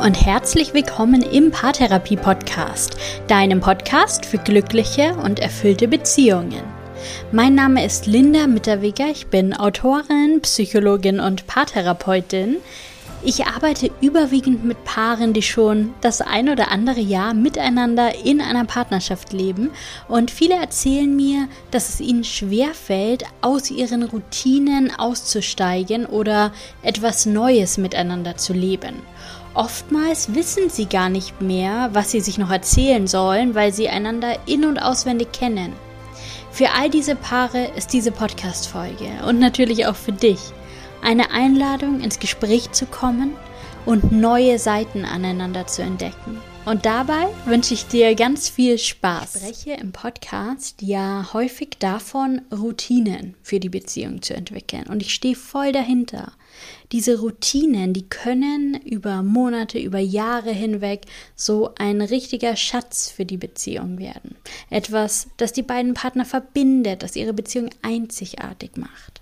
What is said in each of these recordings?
und herzlich willkommen im Paartherapie-Podcast, deinem Podcast für glückliche und erfüllte Beziehungen. Mein Name ist Linda Mitterweger, ich bin Autorin, Psychologin und Paartherapeutin. Ich arbeite überwiegend mit Paaren, die schon das ein oder andere Jahr miteinander in einer Partnerschaft leben, und viele erzählen mir, dass es ihnen schwerfällt, aus ihren Routinen auszusteigen oder etwas Neues miteinander zu leben. Oftmals wissen sie gar nicht mehr, was sie sich noch erzählen sollen, weil sie einander in- und auswendig kennen. Für all diese Paare ist diese Podcast-Folge und natürlich auch für dich eine Einladung, ins Gespräch zu kommen und neue Seiten aneinander zu entdecken. Und dabei wünsche ich dir ganz viel Spaß. Ich spreche im Podcast ja häufig davon, Routinen für die Beziehung zu entwickeln. Und ich stehe voll dahinter. Diese Routinen, die können über Monate, über Jahre hinweg so ein richtiger Schatz für die Beziehung werden. Etwas, das die beiden Partner verbindet, das ihre Beziehung einzigartig macht.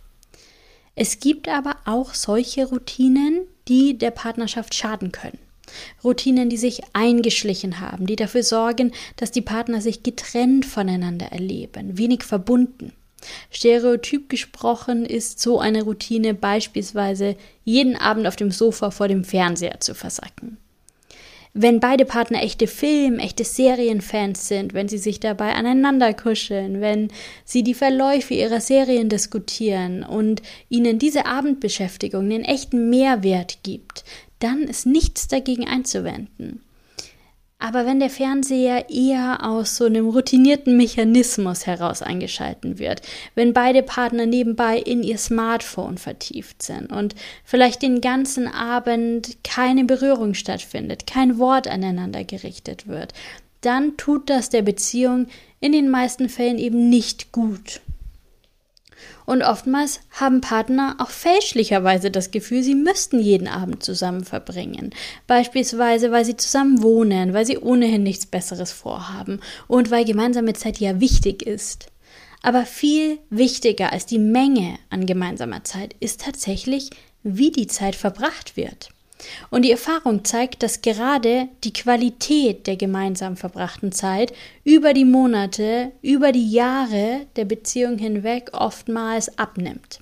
Es gibt aber auch solche Routinen, die der Partnerschaft schaden können. Routinen, die sich eingeschlichen haben, die dafür sorgen, dass die Partner sich getrennt voneinander erleben, wenig verbunden. Stereotyp gesprochen ist so eine Routine beispielsweise jeden Abend auf dem Sofa vor dem Fernseher zu versacken. Wenn beide Partner echte echte Serienfans sind, wenn sie sich dabei aneinander kuscheln, wenn sie die Verläufe ihrer Serien diskutieren und ihnen diese Abendbeschäftigung den echten Mehrwert gibt, dann ist nichts dagegen einzuwenden. Aber wenn der Fernseher eher aus so einem routinierten Mechanismus heraus eingeschalten wird, wenn beide Partner nebenbei in ihr Smartphone vertieft sind und vielleicht den ganzen Abend keine Berührung stattfindet, kein Wort aneinander gerichtet wird, dann tut das der Beziehung in den meisten Fällen eben nicht gut. Und oftmals haben Partner auch fälschlicherweise das Gefühl, sie müssten jeden Abend zusammen verbringen. Beispielsweise, weil sie zusammen wohnen, weil sie ohnehin nichts Besseres vorhaben und weil gemeinsame Zeit ja wichtig ist. Aber viel wichtiger als die Menge an gemeinsamer Zeit ist tatsächlich, wie die Zeit verbracht wird. Und die Erfahrung zeigt, dass gerade die Qualität der gemeinsam verbrachten Zeit über die Monate, über die Jahre der Beziehung hinweg oftmals abnimmt.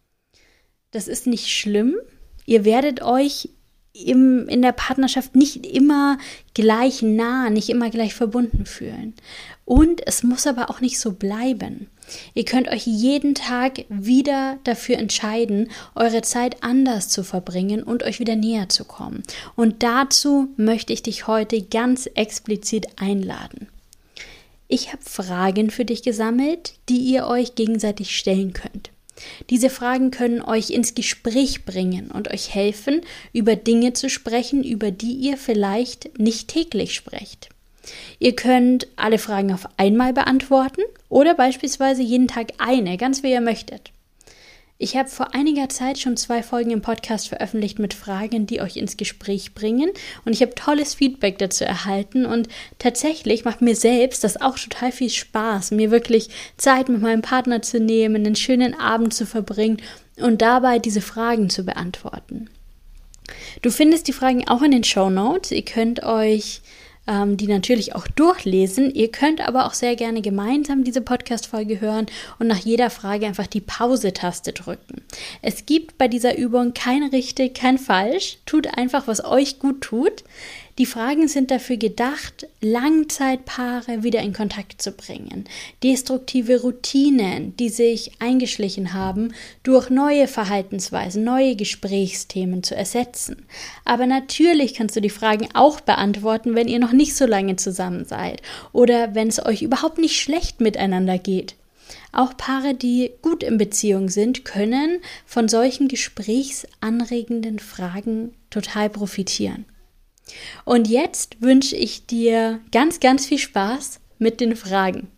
Das ist nicht schlimm. Ihr werdet euch in der Partnerschaft nicht immer gleich nah, nicht immer gleich verbunden fühlen. Und es muss aber auch nicht so bleiben. Ihr könnt euch jeden Tag wieder dafür entscheiden, eure Zeit anders zu verbringen und euch wieder näher zu kommen. Und dazu möchte ich dich heute ganz explizit einladen. Ich habe Fragen für dich gesammelt, die ihr euch gegenseitig stellen könnt. Diese Fragen können euch ins Gespräch bringen und euch helfen, über Dinge zu sprechen, über die ihr vielleicht nicht täglich sprecht. Ihr könnt alle Fragen auf einmal beantworten oder beispielsweise jeden Tag eine, ganz wie ihr möchtet. Ich habe vor einiger Zeit schon 2 Folgen im Podcast veröffentlicht mit Fragen, die euch ins Gespräch bringen, und ich habe tolles Feedback dazu erhalten, und tatsächlich macht mir selbst das auch total viel Spaß, mir wirklich Zeit mit meinem Partner zu nehmen, einen schönen Abend zu verbringen und dabei diese Fragen zu beantworten. Du findest die Fragen auch in den Shownotes. Ihr könnt euch die natürlich auch durchlesen. Ihr könnt aber auch sehr gerne gemeinsam diese Podcast-Folge hören und nach jeder Frage einfach die Pause-Taste drücken. Es gibt bei dieser Übung kein richtig, kein falsch. Tut einfach, was euch gut tut. Die Fragen sind dafür gedacht, Langzeitpaare wieder in Kontakt zu bringen. Destruktive Routinen, die sich eingeschlichen haben, durch neue Verhaltensweisen, neue Gesprächsthemen zu ersetzen. Aber natürlich kannst du die Fragen auch beantworten, wenn ihr noch nicht so lange zusammen seid oder wenn es euch überhaupt nicht schlecht miteinander geht. Auch Paare, die gut in Beziehung sind, können von solchen gesprächsanregenden Fragen total profitieren. Und jetzt wünsche ich dir ganz, ganz viel Spaß mit den Fragen.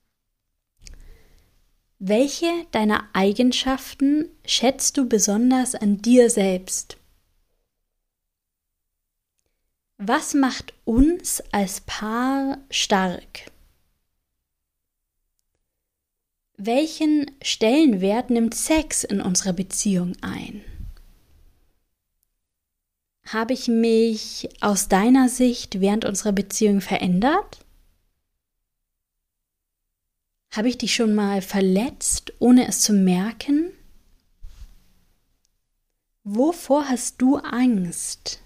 Welche deiner Eigenschaften schätzt du besonders an dir selbst? Was macht uns als Paar stark? Welchen Stellenwert nimmt Sex in unserer Beziehung ein? Habe ich mich aus deiner Sicht während unserer Beziehung verändert? Habe ich dich schon mal verletzt, ohne es zu merken? Wovor hast du Angst?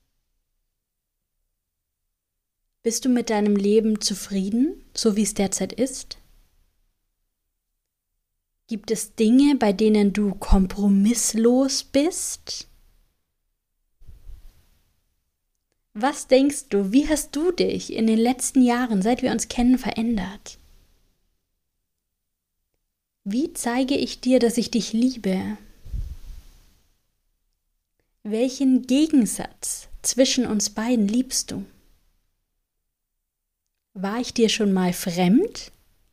Bist du mit deinem Leben zufrieden, so wie es derzeit ist? Gibt es Dinge, bei denen du kompromisslos bist? Was denkst du, wie hast du dich in den letzten Jahren, seit wir uns kennen, verändert? Wie zeige ich dir, dass ich dich liebe? Welchen Gegensatz zwischen uns beiden liebst du? War ich dir schon mal fremd?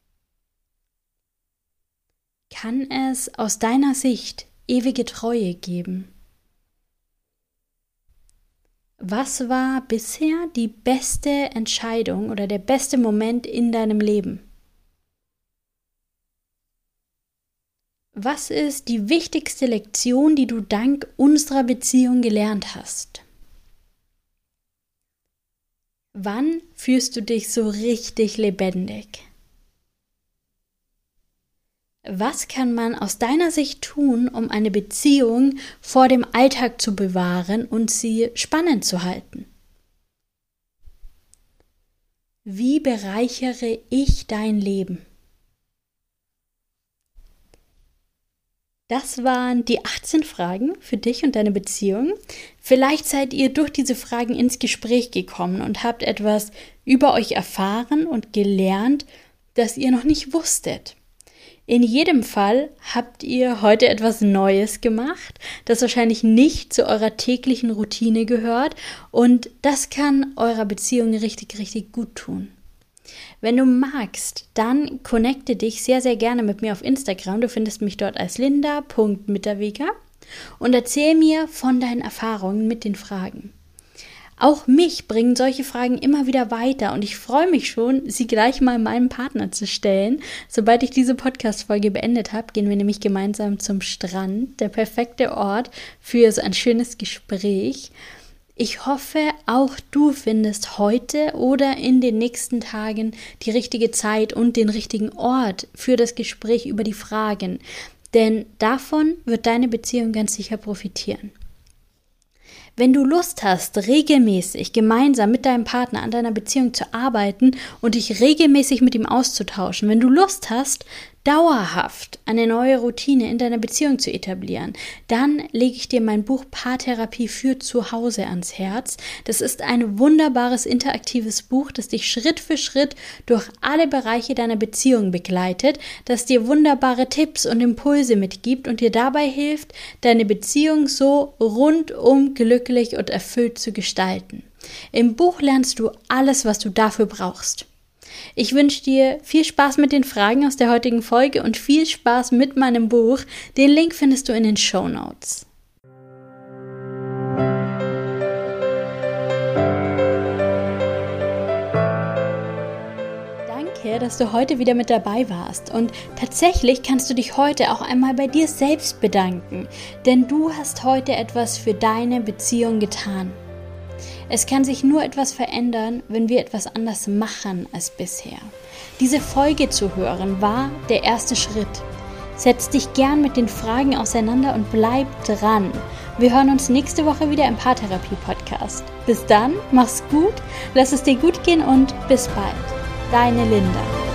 Kann es aus deiner Sicht ewige Treue geben? Was war bisher die beste Entscheidung oder der beste Moment in deinem Leben? Was ist die wichtigste Lektion, die du dank unserer Beziehung gelernt hast? Wann fühlst du dich so richtig lebendig? Was kann man aus deiner Sicht tun, um eine Beziehung vor dem Alltag zu bewahren und sie spannend zu halten? Wie bereichere ich dein Leben? Das waren die 18 Fragen für dich und deine Beziehung. Vielleicht seid ihr durch diese Fragen ins Gespräch gekommen und habt etwas über euch erfahren und gelernt, das ihr noch nicht wusstet. In jedem Fall habt ihr heute etwas Neues gemacht, das wahrscheinlich nicht zu eurer täglichen Routine gehört, und das kann eurer Beziehung richtig, richtig gut tun. Wenn du magst, dann connecte dich sehr, sehr gerne mit mir auf Instagram. Du findest mich dort als linda.mitterweger und erzähl mir von deinen Erfahrungen mit den Fragen. Auch mich bringen solche Fragen immer wieder weiter und ich freue mich schon, sie gleich mal meinem Partner zu stellen. Sobald ich diese Podcast-Folge beendet habe, gehen wir nämlich gemeinsam zum Strand, der perfekte Ort für so ein schönes Gespräch. Ich hoffe, auch du findest heute oder in den nächsten Tagen die richtige Zeit und den richtigen Ort für das Gespräch über die Fragen, denn davon wird deine Beziehung ganz sicher profitieren. Wenn du Lust hast, regelmäßig gemeinsam mit deinem Partner an deiner Beziehung zu arbeiten und dich regelmäßig mit ihm auszutauschen, wenn du Lust hast, dauerhaft eine neue Routine in deiner Beziehung zu etablieren, dann lege ich dir mein Buch Paartherapie für zu Hause ans Herz. Das ist ein wunderbares interaktives Buch, das dich Schritt für Schritt durch alle Bereiche deiner Beziehung begleitet, das dir wunderbare Tipps und Impulse mitgibt und dir dabei hilft, deine Beziehung so rundum glücklich und erfüllt zu gestalten. Im Buch lernst du alles, was du dafür brauchst. Ich wünsche dir viel Spaß mit den Fragen aus der heutigen Folge und viel Spaß mit meinem Buch. Den Link findest du in den Shownotes. Danke, dass du heute wieder mit dabei warst. Und tatsächlich kannst du dich heute auch einmal bei dir selbst bedanken, denn du hast heute etwas für deine Beziehung getan. Es kann sich nur etwas verändern, wenn wir etwas anders machen als bisher. Diese Folge zu hören war der erste Schritt. Setz dich gern mit den Fragen auseinander und bleib dran. Wir hören uns nächste Woche wieder im Paartherapie-Podcast. Bis dann, mach's gut, lass es dir gut gehen und bis bald. Deine Linda.